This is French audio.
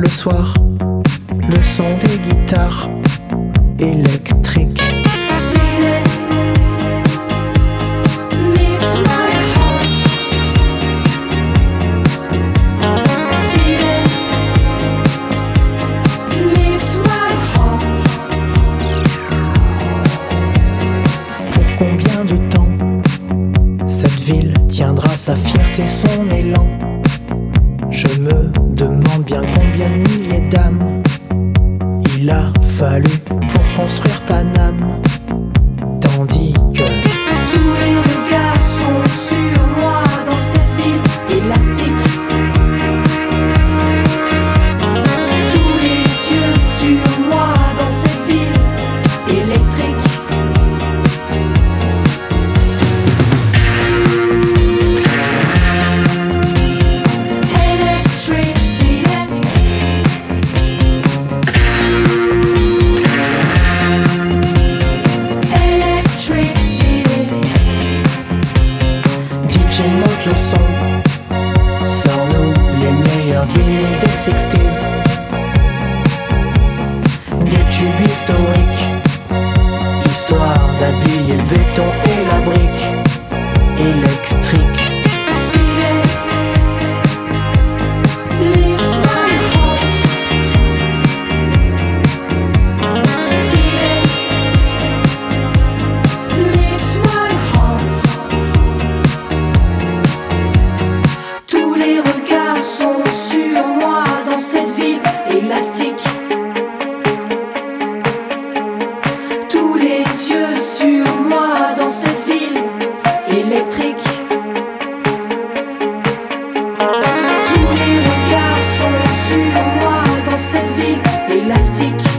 le soir, le son des guitares électriques. Pour combien de temps cette ville tiendra sa fierté, son élan? Je me demande bien combien de milliers d'âmes il a fallu pour construire Paname. Tandis que tous les regards sont sur moi dans cette ville élastique. Tous les yeux sur moi dans cette ville électrique. Monte le son, sors-nous les meilleurs vinyles des 60s, des tubes historiques, histoire d'habiller le béton et la brique électrique. Sont sur moi dans cette ville élastique. Tous les yeux sur moi dans cette ville électrique. Tous les regards sont sur moi dans cette ville élastique.